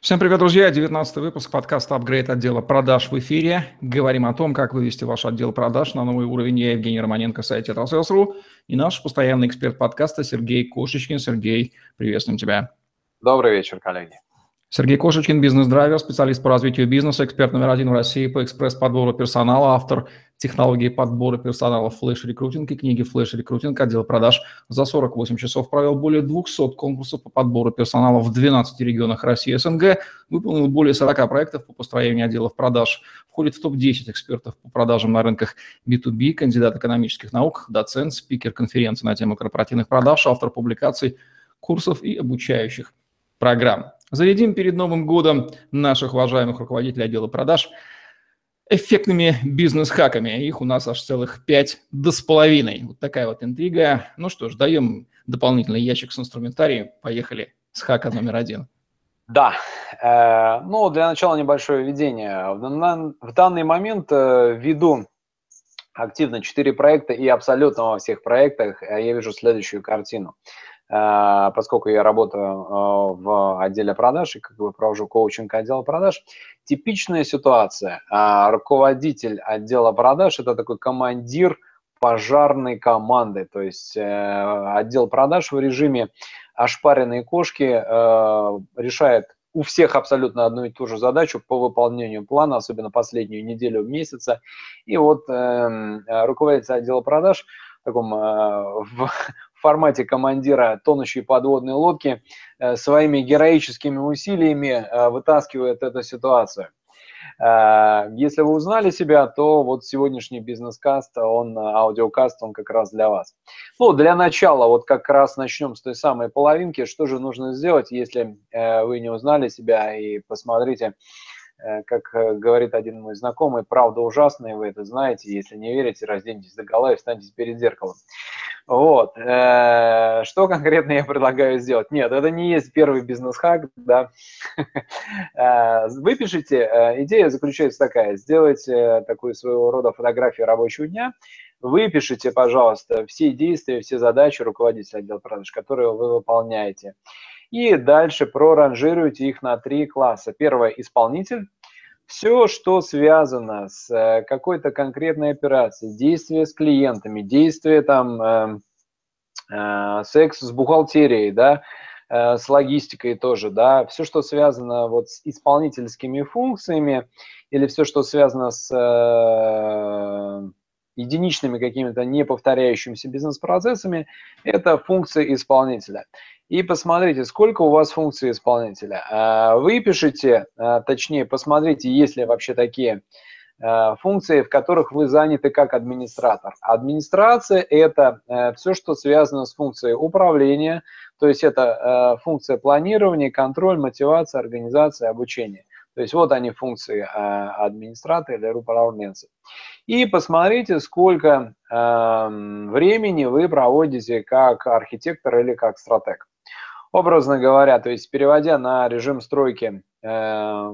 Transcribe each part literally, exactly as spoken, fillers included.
Всем привет, друзья! девятнадцатый выпуск подкаста «Апгрейд» отдела продаж в эфире. Говорим о том, как вывести ваш отдел продаж на новый уровень. Я Евгений Романенко, сайт тетрасейлс точка ру, и наш постоянный эксперт подкаста Сергей Кошечкин. Сергей, приветствуем тебя. Добрый вечер, коллеги. Сергей Кошечкин, бизнес-драйвер, специалист по развитию бизнеса, эксперт номер один в России по экспресс-подбору персонала, автор технологии подбора персонала флеш-рекрутинг и книги «Флеш-рекрутинг». Отдел продаж за сорок восемь часов провел более двухсот конкурсов по подбору персонала в двенадцати регионах России и СНГ, выполнил более сорока проектов по построению отделов продаж, входит в топ десять экспертов по продажам на рынках би ту би, кандидат экономических наук, доцент, спикер конференции на тему корпоративных продаж, автор публикаций, курсов и обучающих программ. Зарядим перед Новым годом наших уважаемых руководителей отдела продаж эффектными бизнес-хаками. Их у нас аж целых пять да с половиной. Вот такая вот интрига. Ну что ж, даем дополнительный ящик с инструментарием. Поехали с хака номер один. Да, э, ну для начала небольшое введение. В, в данный момент э, веду активно четыре проекта, и абсолютно во всех проектах я вижу следующую картину. Uh, поскольку я работаю uh, в отделе продаж и как бы провожу коучинг отдела продаж, типичная ситуация. Uh, руководитель отдела продаж – это такой командир пожарной команды, то есть uh, отдел продаж в режиме ошпаренной кошки uh, решает у всех абсолютно одну и ту же задачу по выполнению плана, особенно последнюю неделю месяца. И вот uh, руководитель отдела продаж в таком uh, в в формате командира тонущей подводной лодки своими героическими усилиями вытаскивает эту ситуацию. Если вы узнали себя, то вот сегодняшний бизнес-каст, он, аудиокаст, он как раз для вас. Ну, для начала, вот как раз начнем с той самой половинки. Что же нужно сделать, если вы не узнали себя, и посмотрите, как говорит один мой знакомый, правда ужасная, вы это знаете, если не верите, разденьтесь догола и встаньте перед зеркалом. Вот. Что конкретно я предлагаю сделать? Нет, это не есть первый бизнес-хак, да. Выпишите, идея заключается такая, сделайте такую своего рода фотографию рабочего дня, выпишите, пожалуйста, все действия, все задачи руководителя отдела продаж, которые вы выполняете. И дальше проранжируйте их на три класса. Первое – исполнитель. Все, что связано с какой-то конкретной операцией, действия с клиентами, действия там, э, э, секс с бухгалтерией, да, э, с логистикой тоже, да, все, что связано вот с исполнительскими функциями или все, что связано с э, единичными какими-то неповторяющимися бизнес-процессами, это функции исполнителя. И посмотрите, сколько у вас функций исполнителя. Выпишите, точнее, посмотрите, есть ли вообще такие функции, в которых вы заняты как администратор. Администрация – это все, что связано с функцией управления, то есть это функция планирования, контроль, мотивация, организация, обучение. То есть вот они функции администратора или управленца. И посмотрите, сколько времени вы проводите как архитектор или как стратег. Образно говоря, то есть переводя на режим стройки, э,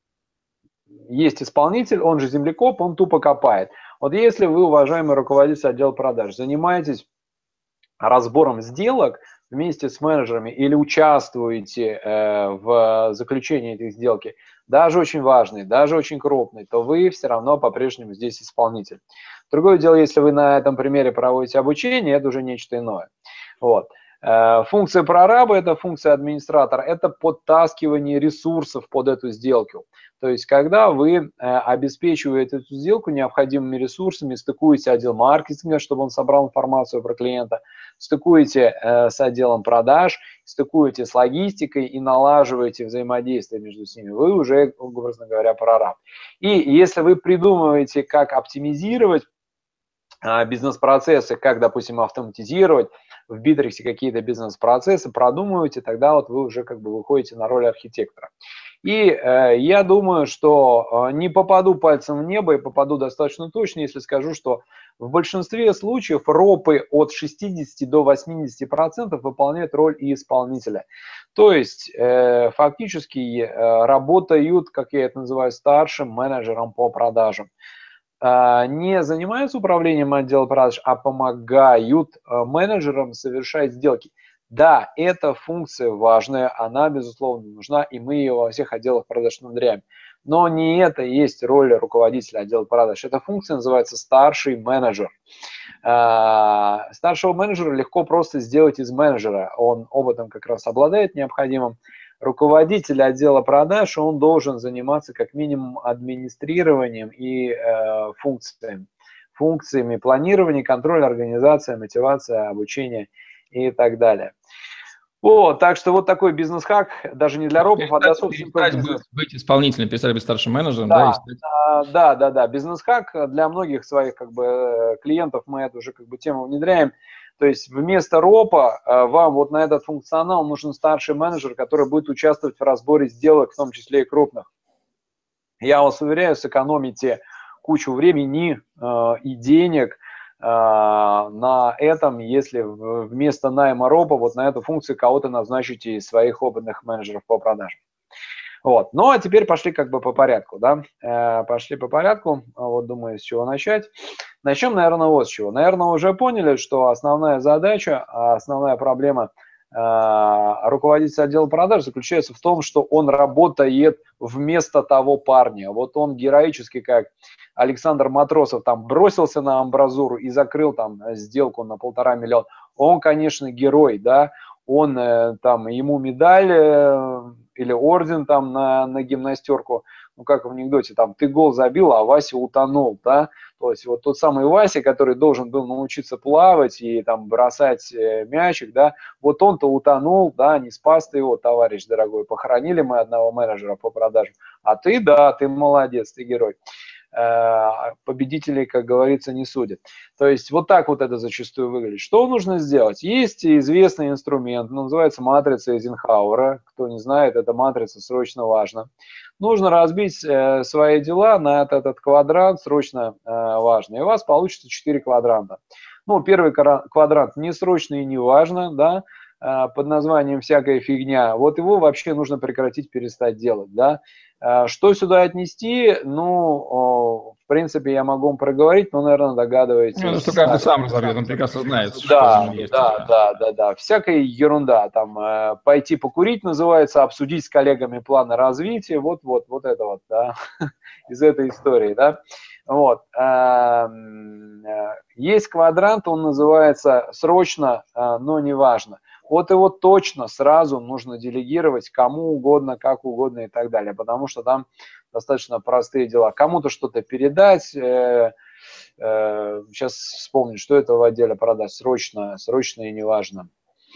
есть исполнитель, он же землекоп, он тупо копает. Вот если вы, уважаемый руководитель отдела продаж, занимаетесь разбором сделок вместе с менеджерами или участвуете э, в заключении этих сделки, даже очень важный, даже очень крупный, то вы все равно по-прежнему здесь исполнитель. Другое дело, если вы на этом примере проводите обучение, это уже нечто иное. Вот. Функция прораба – это функция администратора, это подтаскивание ресурсов под эту сделку. То есть, когда вы обеспечиваете эту сделку необходимыми ресурсами, стыкуете отдел маркетинга, чтобы он собрал информацию про клиента, стыкуете с отделом продаж, стыкуете с логистикой и налаживаете взаимодействие между ними, вы уже, образно говоря, прораб. И если вы придумываете, как оптимизировать бизнес-процессы, как, допустим, автоматизировать в Битриксе какие-то бизнес-процессы, продумываете, тогда вот вы уже как бы выходите на роль архитектора. И э, я думаю, что э, не попаду пальцем в небо и попаду достаточно точно, если скажу, что в большинстве случаев ропы от шестидесяти до восьмидесяти процентов выполняют роль и исполнителя. То есть э, фактически э, работают, как я это называю, старшим менеджером по продажам. Не занимаются управлением отдела продаж, а помогают менеджерам совершать сделки. Да, эта функция важная, она, безусловно, нужна, и мы ее во всех отделах продаж внедряем. Но не это и есть роль руководителя отдела продаж. Эта функция называется старший менеджер. А, Старшего менеджера легко просто сделать из менеджера. Он опытом как раз обладает необходимым. Руководитель отдела продаж, он должен заниматься как минимум администрированием и э, функциями. Функциями планирования, контроля, организации, мотивация, обучения и так далее. Вот, так что вот такой бизнес-хак, даже не для ропов, а для собственного бизнеса. Быть исполнительным, перестать быть старшим менеджером, да, да, и стать... да, да, да, бизнес-хак для многих своих как бы клиентов мы эту уже как бы тему внедряем. То есть вместо ропа вам вот на этот функционал нужен старший менеджер, который будет участвовать в разборе сделок, в том числе и крупных. Я вас уверяю, сэкономите кучу времени э, и денег э, на этом, если вместо найма ропа вот на эту функцию кого-то назначите из своих опытных менеджеров по продажам. Вот. Ну, а теперь пошли как бы по порядку, да, э, пошли по порядку, вот думаю, с чего начать. Начнем, наверное, вот с чего. Наверное, уже поняли, что основная задача, основная проблема э, руководителя отдела продаж заключается в том, что он работает вместо того парня. Вот он героически, как Александр Матросов, там бросился на амбразуру и закрыл там сделку на полтора миллиона. Он, конечно, герой, да, он э, там, ему медаль э, или орден там на, на гимнастерку, ну, как в анекдоте, там, ты гол забил, а Вася утонул, да, то есть вот тот самый Вася, который должен был научиться плавать и там бросать э, мячик, да, вот он-то утонул, да, не спас ты его, товарищ дорогой, похоронили мы одного менеджера по продажам, а ты, да, ты молодец, ты герой. Победителей, как говорится, не судят. То есть вот так вот это зачастую выглядит. Что нужно сделать? Есть известный инструмент, называется матрица Эйзенхауэра. Кто не знает, эта матрица срочно важна. Нужно разбить э, свои дела на этот, этот квадрант срочно э, важно. И у вас получится четыре квадранта. Ну, первый квадрант не срочно и не важно, да, э, под названием «всякая фигня». Вот его вообще нужно прекратить, перестать делать, да. Что сюда отнести? Ну, в принципе, я могу вам проговорить, но, наверное, догадываетесь. Ну, что каждый сам разобьет, он прекрасно знает, да, что есть. Да, да, да, да. Всякая ерунда. Там э, пойти покурить называется, обсудить с коллегами планы развития. Вот, вот, вот это вот, да, из этой истории, да. Вот. Есть квадрант, он называется срочно, но не важно. Вот его точно сразу нужно делегировать кому угодно, как угодно и так далее, потому что там достаточно простые дела. Кому-то что-то передать, э, э, сейчас вспомню, что это в отделе продаж, срочно, срочно и неважно.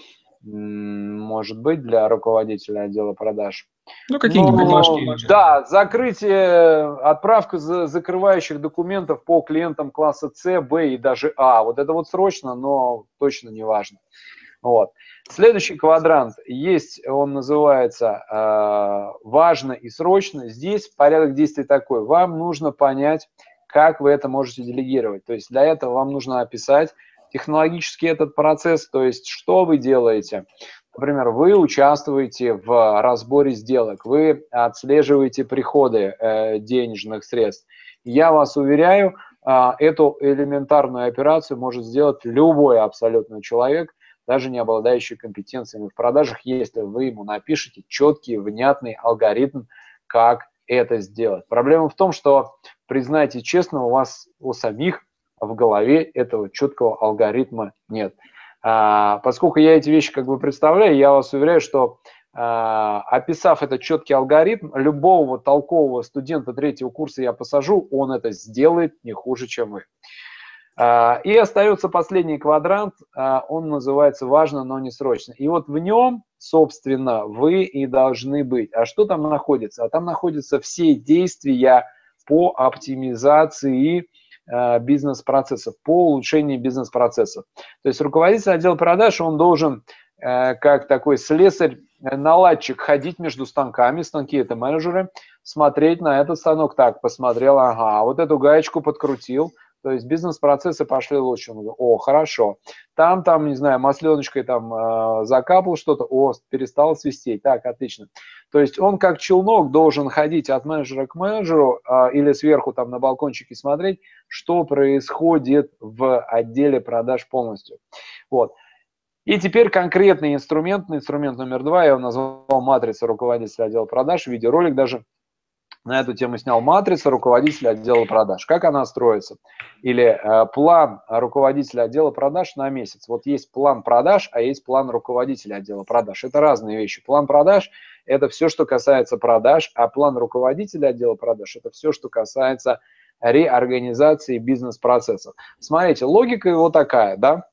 Может быть, для руководителя отдела продаж. Ну, какие-нибудь бумажки. Да, закрытие, отправка закрывающих документов по клиентам класса С, Б и даже А. Вот это вот срочно, но точно не важно. Вот. Следующий квадрант есть, он называется э, «важно и срочно». Здесь порядок действий такой. Вам нужно понять, как вы это можете делегировать. То есть для этого вам нужно описать технологически этот процесс, то есть что вы делаете. Например, вы участвуете в разборе сделок, вы отслеживаете приходы э, денежных средств. Я вас уверяю, э, эту элементарную операцию может сделать любой абсолютно человек, даже не обладающий компетенциями в продажах, если вы ему напишите четкий, внятный алгоритм, как это сделать. Проблема в том, что, признайте честно, у вас у самих в голове этого четкого алгоритма нет. А, поскольку я эти вещи как бы представляю, я вас уверяю, что а, описав этот четкий алгоритм, любого толкового студента третьего курса я посажу, он это сделает не хуже, чем вы. И остается последний квадрант, он называется «важно, но не срочно». И вот в нем, собственно, вы и должны быть. А что там находится? А там находятся все действия по оптимизации бизнес-процессов, по улучшению бизнес-процессов. То есть руководитель отдела продаж, он должен, как такой слесарь-наладчик, ходить между станками, станки – это менеджеры, смотреть на этот станок, так, посмотрел, ага, вот эту гаечку подкрутил, то есть бизнес-процессы пошли лучше. О, хорошо. Там, там, не знаю, масленочкой там э, закапал что-то, о, перестало свистеть. Так, отлично. То есть он как челнок должен ходить от менеджера к менеджеру э, или сверху там на балкончике смотреть, что происходит в отделе продаж полностью. Вот. И теперь конкретный инструмент, инструмент номер два, я его назвал матрица руководителя отдела продаж, в видеоролик даже на эту тему снял, матрица руководителя отдела продаж. Как она строится? Или э, план руководителя отдела продаж на месяц. Вот есть план продаж, а есть план руководителя отдела продаж. Это разные вещи. План продаж – это все, что касается продаж, а план руководителя отдела продаж – это все, что касается реорганизации бизнес-процессов. Смотрите, логика его такая, да?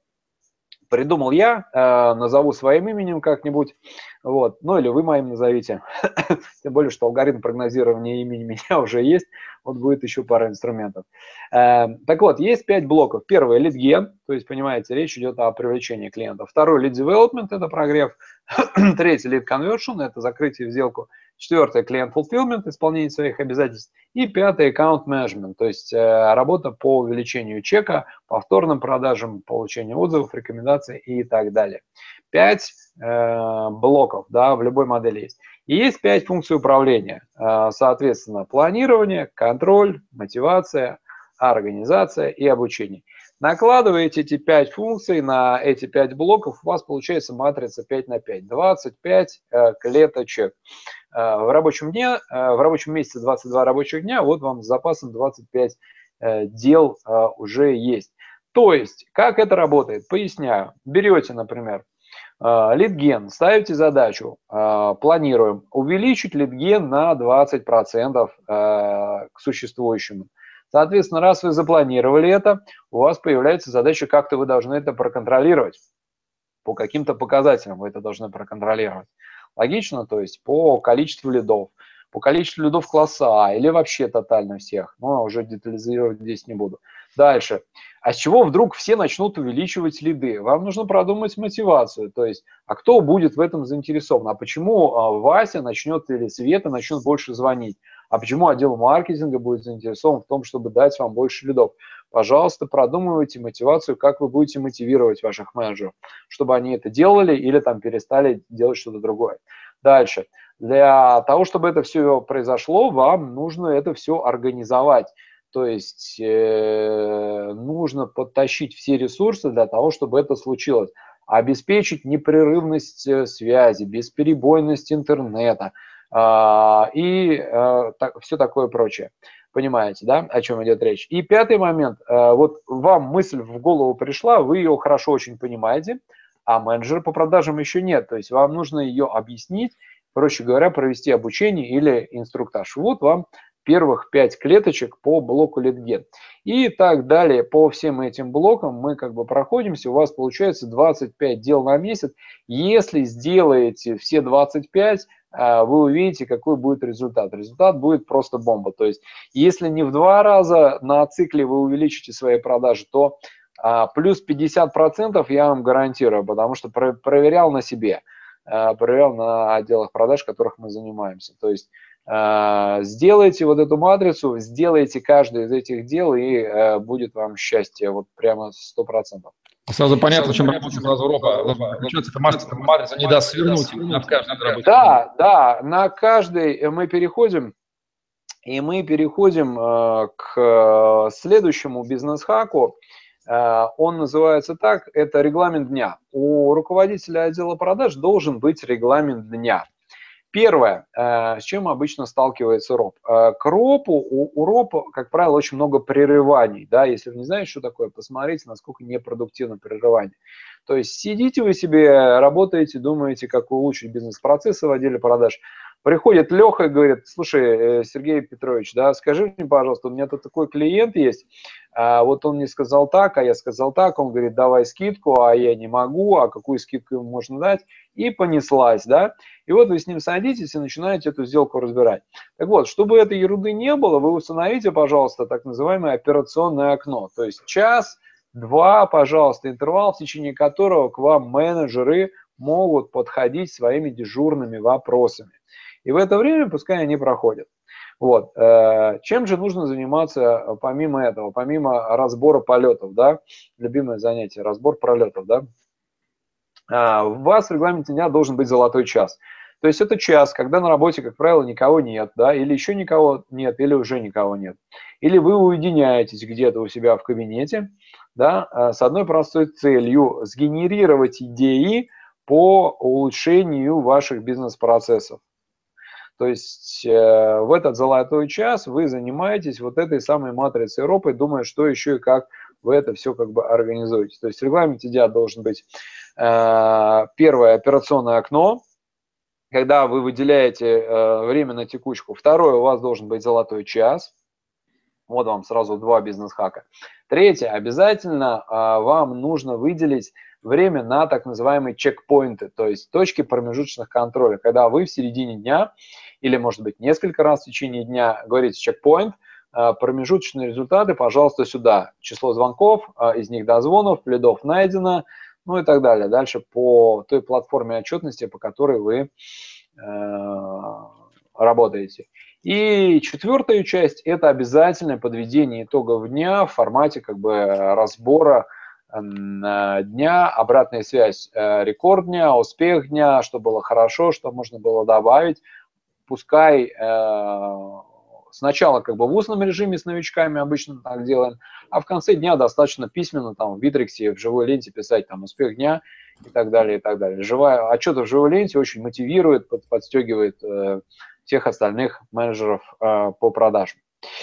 Придумал я, э, назову своим именем как-нибудь, вот, ну или вы моим назовите, тем более, что алгоритм прогнозирования имени у меня уже есть, вот будет еще пара инструментов. Э, так вот, есть пять блоков. Первый – лид-ген, то есть, понимаете, речь идет о привлечении клиентов. Второй – лид-девелопмент, это прогрев. Третий – лид-конвершн, это закрытие в сделку. Четвертое – клиент-фулфилмент, исполнение своих обязательств. И пятое – аккаунт-менеджмент, то есть э, работа по увеличению чека, повторным продажам, получению отзывов, рекомендаций и так далее. Пять э, блоков, да, в любой модели есть. И есть пять функций управления. Э, соответственно, планирование, контроль, мотивация, организация и обучение. Накладываете эти пять функций на эти пять блоков, у вас получается матрица пять на пять, двадцать пять э, клеточек. В рабочем дне, в рабочем месяце двадцать два рабочих дня, вот вам с запасом двадцать пять дел уже есть. То есть, как это работает? Поясняю. Берете, например, лид-ген, ставите задачу, планируем увеличить лид-ген на двадцать процентов к существующему. Соответственно, раз вы запланировали это, у вас появляется задача, как-то вы должны это проконтролировать. По каким-то показателям вы это должны проконтролировать. Логично, то есть по количеству лидов, по количеству лидов класса А или вообще тотально всех, но уже детализировать здесь не буду. Дальше. А с чего вдруг все начнут увеличивать лиды? Вам нужно продумать мотивацию, то есть, а кто будет в этом заинтересован? А почему Вася начнет или Света начнет больше звонить? А почему отдел маркетинга будет заинтересован в том, чтобы дать вам больше лидов? Пожалуйста, продумывайте мотивацию, как вы будете мотивировать ваших менеджеров, чтобы они это делали или там перестали делать что-то другое. Дальше. Для того, чтобы это все произошло, вам нужно это все организовать. То есть э, нужно подтащить все ресурсы для того, чтобы это случилось. Обеспечить непрерывность связи, бесперебойность интернета э, и э, так, все такое прочее. Понимаете, да, о чем идет речь? И пятый момент. Вот вам мысль в голову пришла, вы ее хорошо очень понимаете, а менеджера по продажам еще нет. То есть вам нужно ее объяснить, проще говоря, провести обучение или инструктаж. Вот вам первых пять клеточек по блоку лид-ген. И так далее по всем этим блокам мы как бы проходимся. У вас получается двадцать пять дел на месяц. Если сделаете все двадцать пять, вы увидите, какой будет результат. Результат будет просто бомба. То есть, если не в два раза на цикле вы увеличите свои продажи, то а, плюс пятьдесят процентов я вам гарантирую, потому что про проверял на себе, а, проверял на отделах продаж, которых мы занимаемся. То есть, а, сделайте вот эту матрицу, сделайте каждое из этих дел, и а, будет вам счастье, вот прямо сто процентов. Сразу понятно, чем работает сразу роба. Получается, матрица не даст свернуть на каждый рабочий. Да, да, на каждый мы переходим, и мы переходим э, к следующему бизнес-хаку. Э, он называется так, это регламент дня. У руководителя отдела продаж должен быть регламент дня. Первое, э, с чем обычно сталкивается роб. Э, к ропу, у, у ропа, как правило, очень много прерываний. Да? Если вы не знаете, что такое, посмотрите, насколько непродуктивно прерывание. То есть сидите вы себе, работаете, думаете, как улучшить бизнес-процессы в отделе продаж. Приходит Леха и говорит: слушай, Сергей Петрович, да, скажи мне, пожалуйста, у меня тут такой клиент есть, а вот он мне сказал так, а я сказал так, он говорит, давай скидку, а я не могу, а какую скидку ему можно дать, и понеслась, да, и вот вы с ним садитесь и начинаете эту сделку разбирать. Так вот, чтобы этой ерунды не было, вы установите, пожалуйста, так называемое операционное окно, то есть час, два, пожалуйста, интервал, в течение которого к вам менеджеры могут подходить своими дежурными вопросами. И в это время пускай они проходят. Вот. Чем же нужно заниматься помимо этого, помимо разбора полетов, да? Любимое занятие, разбор пролетов, да? У вас в регламенте дня должен быть золотой час. То есть это час, когда на работе, как правило, никого нет, да, или еще никого нет, или уже никого нет. Или вы уединяетесь где-то у себя в кабинете, да, с одной простой целью – сгенерировать идеи по улучшению ваших бизнес-процессов. То есть э, в этот золотой час вы занимаетесь вот этой самой матрицей ропой, думая, что еще и как вы это все как бы организуете. То есть в регламенте дня должен быть э, первое операционное окно, когда вы выделяете э, время на текучку. Второе, у вас должен быть золотой час. Вот вам сразу два бизнес-хака. Третье, обязательно э, вам нужно выделить время на так называемые чекпоинты, то есть точки промежуточных контроля, когда вы в середине дня или, может быть, несколько раз в течение дня говорите чекпоинт, э, промежуточные результаты, пожалуйста, сюда. Число звонков, э, из них дозвонов, лидов найдено, ну и так далее. Дальше по той платформе отчетности, по которой вы э, работаете. И четвертая часть – это обязательное подведение итогов дня в формате как бы разбора дня, обратная связь, рекорд дня, успех дня, что было хорошо, что можно было добавить. Пускай сначала как бы в устном режиме с новичками обычно так делаем, а в конце дня достаточно письменно там в Битриксе, в живой ленте писать там успех дня и так далее, и так далее. Живая, отчеты в живой ленте очень мотивирует, подстегивает э, всех остальных менеджеров э, по продажам.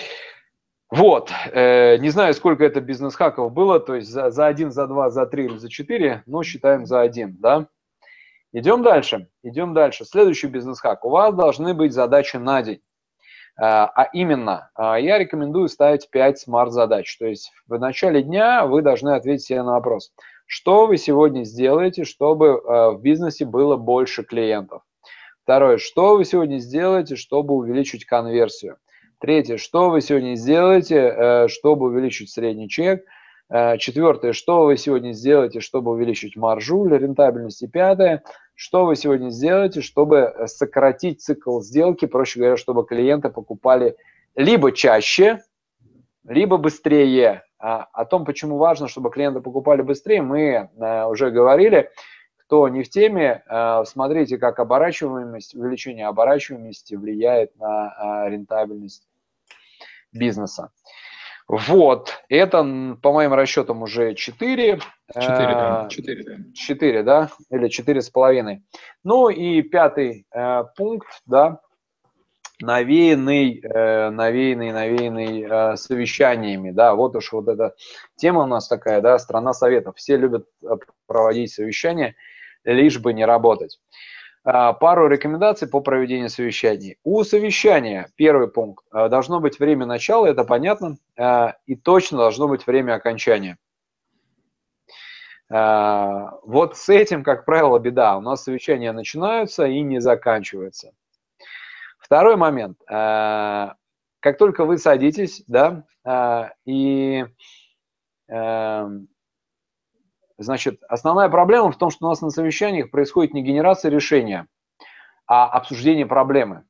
Вот, э, не знаю, сколько это бизнес-хаков было, то есть за, за один, за два, за три или за четыре, но считаем за один, да. Идем дальше, идем дальше. Следующий бизнес-хак. У вас должны быть задачи на день. А именно, я рекомендую ставить пять смарт-задач. То есть в начале дня вы должны ответить себе на вопрос, что вы сегодня сделаете, чтобы в бизнесе было больше клиентов. Второе, что вы сегодня сделаете, чтобы увеличить конверсию. Третье, что вы сегодня сделаете, чтобы увеличить средний чек. Четвертое, что вы сегодня сделаете, чтобы увеличить маржу или рентабельность. И пятое, что вы сегодня сделаете, чтобы сократить цикл сделки, проще говоря, чтобы клиенты покупали либо чаще, либо быстрее. О том, почему важно, чтобы клиенты покупали быстрее, мы уже говорили. Кто не в теме, смотрите, как оборачиваемость, увеличение оборачиваемости влияет на рентабельность бизнеса. Вот, это, по моим расчетам, уже четыре. четыре, да. четыре, четыре, да, или четыре с половиной. Ну и пятый э, пункт, да, навеянный, э, навеянный, навеянный э, совещаниями, да, вот уж вот эта тема у нас такая, да, страна советов. Все любят проводить совещания, лишь бы не работать. Пару рекомендаций по проведению совещаний. У совещания, первый пункт, должно быть время начала, это понятно, и точно должно быть время окончания. Вот с этим, как правило, беда. У нас совещания начинаются и не заканчиваются. Второй момент. Как только вы садитесь, да, и... Значит, основная проблема в том, что у нас на совещаниях происходит не генерация решения, а обсуждение проблемы.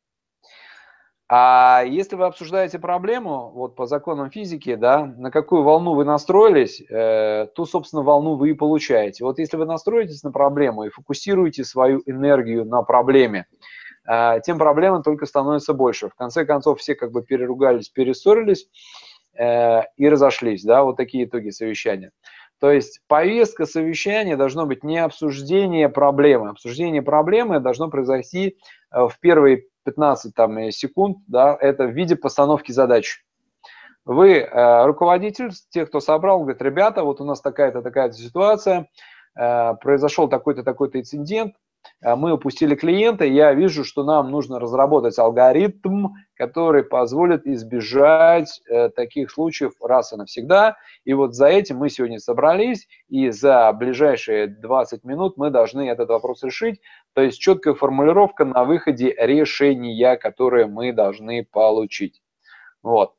А если вы обсуждаете проблему, вот по законам физики, да, на какую волну вы настроились, э, ту, собственно, волну вы и получаете. Вот если вы настроитесь на проблему и фокусируете свою энергию на проблеме, э, тем проблем только становится больше. В конце концов, все как бы переругались, перессорились э, и разошлись, да, вот такие итоги совещания. То есть повестка совещания должно быть не обсуждение проблемы. Обсуждение проблемы должно произойти в первые пятнадцать там, секунд, да, это в виде постановки задач. Вы э, руководитель, те, кто собрал, говорит, ребята, вот у нас такая-то, такая-то ситуация, э, произошел такой-то, такой-то инцидент, э, мы упустили клиента, я вижу, что нам нужно разработать алгоритм, который позволит избежать э, таких случаев раз и навсегда. И вот за этим мы сегодня собрались, и за ближайшие двадцать минут мы должны этот вопрос решить. То есть четкая формулировка на выходе решения, которые мы должны получить. Вот.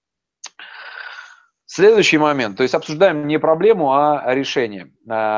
Следующий момент. То есть обсуждаем не проблему, а решение.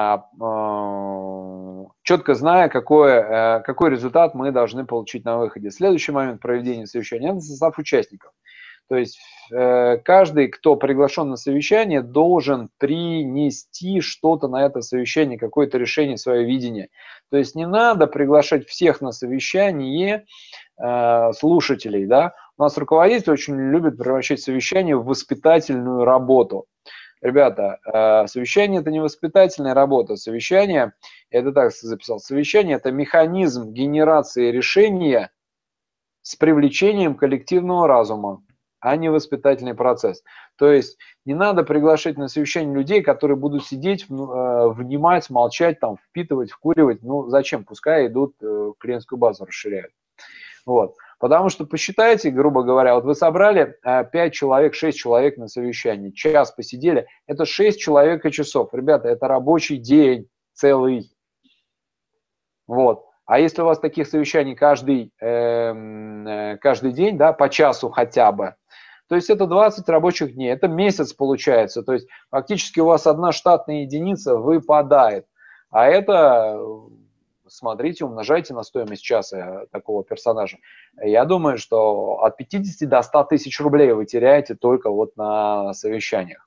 Четко зная, какой, какой результат мы должны получить на выходе. Следующий момент проведения совещания – это состав участников. То есть э, каждый, кто приглашен на совещание, должен принести что-то на это совещание, какое-то решение, свое видение. То есть не надо приглашать всех на совещание э, слушателей, да. У нас руководитель очень любит превращать совещание в воспитательную работу. Ребята, э, совещание – это не воспитательная работа. Совещание, я это так записал, совещание – это механизм генерации решения с привлечением коллективного разума, а не воспитательный процесс. То есть не надо приглашать на совещание людей, которые будут сидеть, внимать, молчать, там, впитывать, вкуривать. Ну, зачем? Пускай идут, клиентскую базу расширяют. Вот. Потому что посчитайте, грубо говоря, вот вы собрали пять человек, шесть человек на совещании, час посидели, это шесть человек и часов. Ребята, это рабочий день целый. Вот. А если у вас таких совещаний каждый, э, каждый день, да, по часу хотя бы, то есть это двадцать рабочих дней, это месяц получается. То есть фактически у вас одна штатная единица выпадает. А это, смотрите, умножайте на стоимость часа такого персонажа. Я думаю, что от пятидесяти до ста тысяч рублей вы теряете только вот на совещаниях.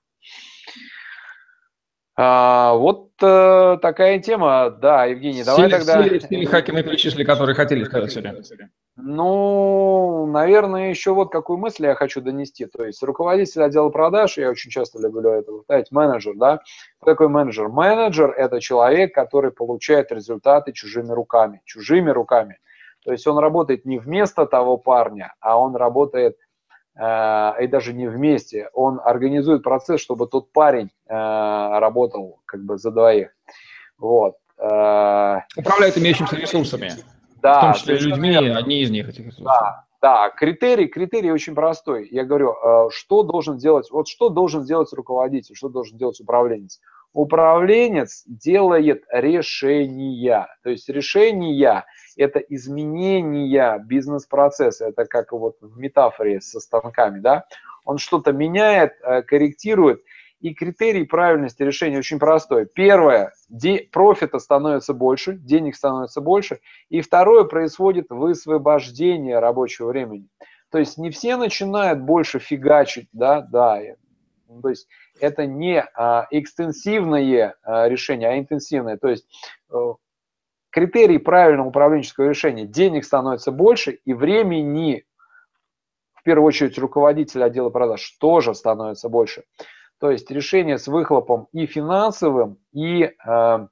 А, вот э, такая тема. Да, Евгений, давай Все, тогда... все, все хаки мы перечислили, которые хотели сказать сегодня. Ну, наверное, еще вот какую мысль я хочу донести. То есть руководитель отдела продаж, я очень часто люблю это повторять, менеджер, да. Кто такой менеджер? Менеджер – это человек, который получает результаты чужими руками. Чужими руками. То есть он работает не вместо того парня, а он работает, э, и даже не вместе. Он организует процесс, чтобы тот парень э, работал как бы за двоих. Вот. Э, Управляет имеющимися ресурсами. Да, в том числе совершенно людьми, верно. одни из них этих ресурсов. Да, да, критерий, критерий очень простой. Я говорю, что должен делать, вот что должен делать руководитель, что должен делать управленец. Управленец делает решения, то есть решения – это изменения бизнес-процесса, это как вот в метафоре со станками, да. Он что-то меняет, корректирует. И критерий правильности решения очень простой. Первое, профита становится больше, денег становится больше. И второе, происходит высвобождение рабочего времени. То есть не все начинают больше фигачить, да, да. То есть это не а, экстенсивное а, решение, а интенсивное. То есть э, критерий правильного управленческого решения: денег становится больше, и времени, в первую очередь руководителя отдела продаж, тоже становится больше. То есть решение с выхлопом и финансовым, и, э,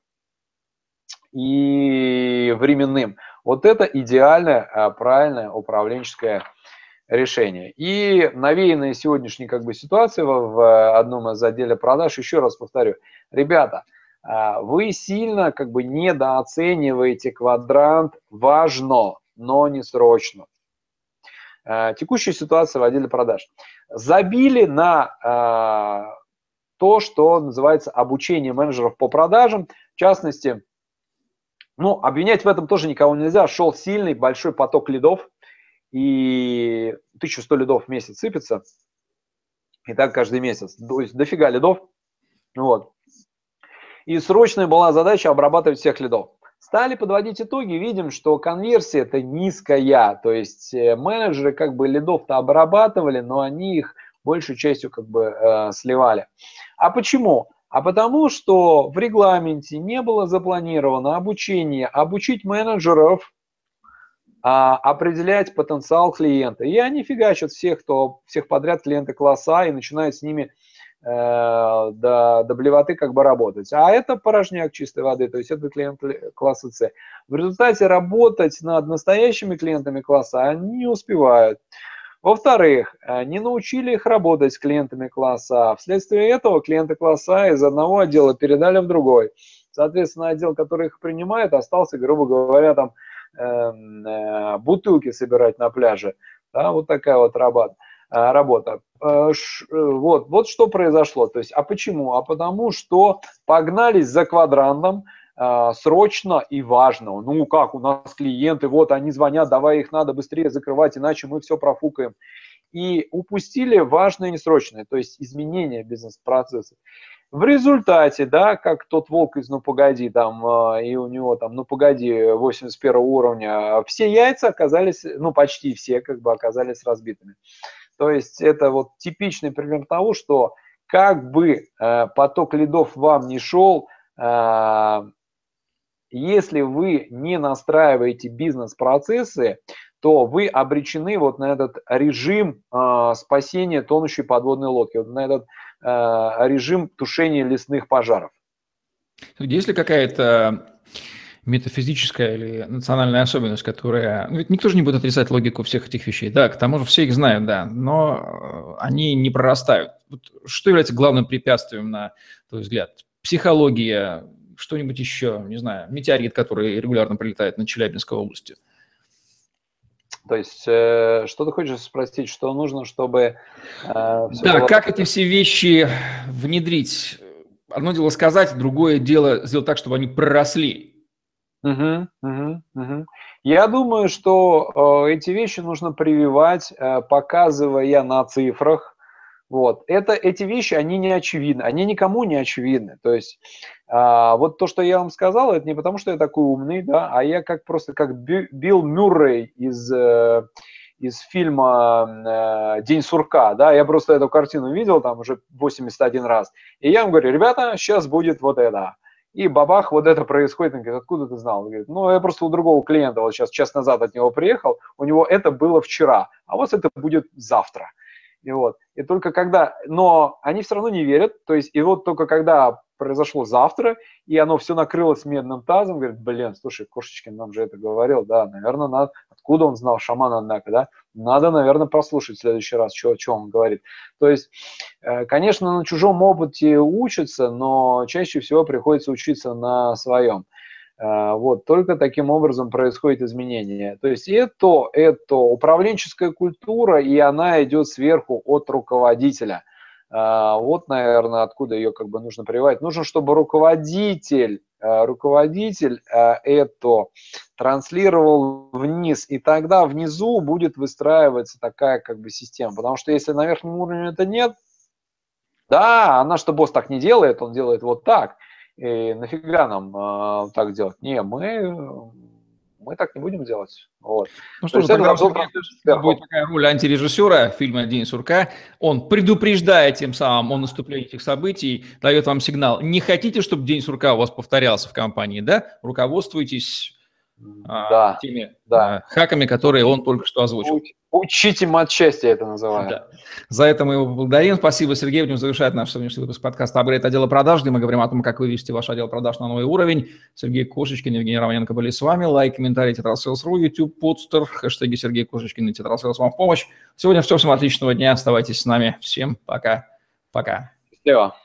и временным. Вот это идеальное, э, правильное управленческое решение. И навеянная сегодняшней как бы ситуация в, в одном из отделов продаж, еще раз повторю, ребята, э, вы сильно как бы недооцениваете квадрант «важно, но не срочно». Текущая ситуация в отделе продаж. Забили на э, то, что называется обучение менеджеров по продажам. В частности, ну, обвинять в этом тоже никого нельзя. Шел сильный, большой поток лидов, и тысяча сто лидов в месяц сыпется. И так каждый месяц. То есть дофига лидов. Вот. И срочная была задача обрабатывать всех лидов. Стали подводить итоги, видим, что конверсия это низкая, то есть менеджеры как бы лидов-то обрабатывали, но они их большей частью как бы э, сливали. А почему? А потому что в регламенте не было запланировано обучение, обучить менеджеров а, определять потенциал клиента. И они фигачат всех, кто, всех подряд клиенты класса А и начинают с ними До, до блевоты как бы работать. А это порожняк чистой воды, то есть это клиент класса С. В результате работать над настоящими клиентами класса А они не успевают. Во-вторых, не научили их работать с клиентами класса А. Вследствие этого клиенты класса А из одного отдела передали в другой. Соответственно, отдел, который их принимает, остался, грубо говоря, там э, бутылки собирать на пляже. Да, вот такая вот работа. работа. Вот, вот что произошло. То есть, а почему? А потому что погнались за квадрантом э, срочно и важно. Ну как, у нас клиенты, вот они звонят, давай их надо быстрее закрывать, иначе мы все профукаем. И упустили важное и несрочное, то есть изменение бизнес-процесса. В результате, да, как тот волк из «Ну погоди», там, и у него там «Ну погоди» восемьдесят первого уровня, все яйца оказались, ну почти все, как бы оказались разбитыми. То есть это вот типичный пример того, что как бы э, поток лидов вам не шел, э, если вы не настраиваете бизнес-процессы, то вы обречены вот на этот режим э, спасения тонущей подводной лодки, вот на этот э, режим тушения лесных пожаров. Есть ли какая-то метафизическая или национальная особенность, которая... Ну, ведь никто же не будет отрицать логику всех этих вещей. Да, к тому же все их знают, да, но они не прорастают. Вот что является главным препятствием, на твой взгляд? Психология, что-нибудь еще, не знаю, метеорит, который регулярно прилетает над Челябинской областью. То есть, э, что ты хочешь спросить, что нужно, чтобы... Э, да, было... как эти все вещи внедрить? Одно дело сказать, другое дело сделать так, чтобы они проросли. Угу, угу, угу. Я думаю, что э, эти вещи нужно прививать, э, показывая на цифрах. Вот. Это, эти вещи, они не очевидны, они никому не очевидны. То есть э, вот то, что я вам сказал, это не потому, что я такой умный, да, а я как просто как Билл Мюррей из, э, из фильма э, «День сурка», да, я просто эту картину видел там уже восемьдесят один раз, и я вам говорю, ребята, сейчас будет вот это. И бабах, вот это происходит. Он говорит, откуда ты знал? Он говорит, ну, я просто у другого клиента, вот сейчас час назад от него приехал, у него это было вчера, а у вас это будет завтра. И вот, и только когда, но они все равно не верят, то есть, и вот только когда произошло завтра, и оно все накрылось медным тазом, говорит, блин, слушай, Кошечкин нам же это говорил, да, наверное, надо, откуда он знал, шаман, однако, да, надо, наверное, прослушать в следующий раз, что, что он говорит. То есть, конечно, на чужом опыте учатся, но чаще всего приходится учиться на своем. Вот, только таким образом происходит изменение. То есть это, это управленческая культура, и она идет сверху от руководителя. Вот, наверное, откуда ее как бы нужно прививать. Нужно, чтобы руководитель, руководитель это транслировал вниз, и тогда внизу будет выстраиваться такая как бы система. Потому что если на верхнем уровне это нет, да, а наш-то босс так не делает, он делает вот так. И нафига нам э, так делать? Не, мы, мы так не будем делать. Вот. Ну что же, тогда будет такая роль антирежиссера фильма «День сурка». Он предупреждает тем самым о наступлении этих событий, дает вам сигнал. Не хотите, чтобы «День сурка» у вас повторялся в компании, да? Руководствуйтесь да, а, теми да. а, хаками, которые он только что озвучил. Учите матчасти, это называют. Да. За это мы его благодарим. Спасибо, Сергей. Будем завершать наш сегодняшний выпуск подкаста «Апгрейд отдела продаж», где мы говорим о том, как вывести ваш отдел продаж на новый уровень. Сергей Кошечкин, Евгений Романенко были с вами. Лайк, комментарий, тетрасейлс точка ру, YouTube, подстер, хэштеги Сергей Кошечкин и тетрасейлс вам в помощь. Сегодня все. Всем отличного дня. Оставайтесь с нами. Всем пока. Пока. Счастливо.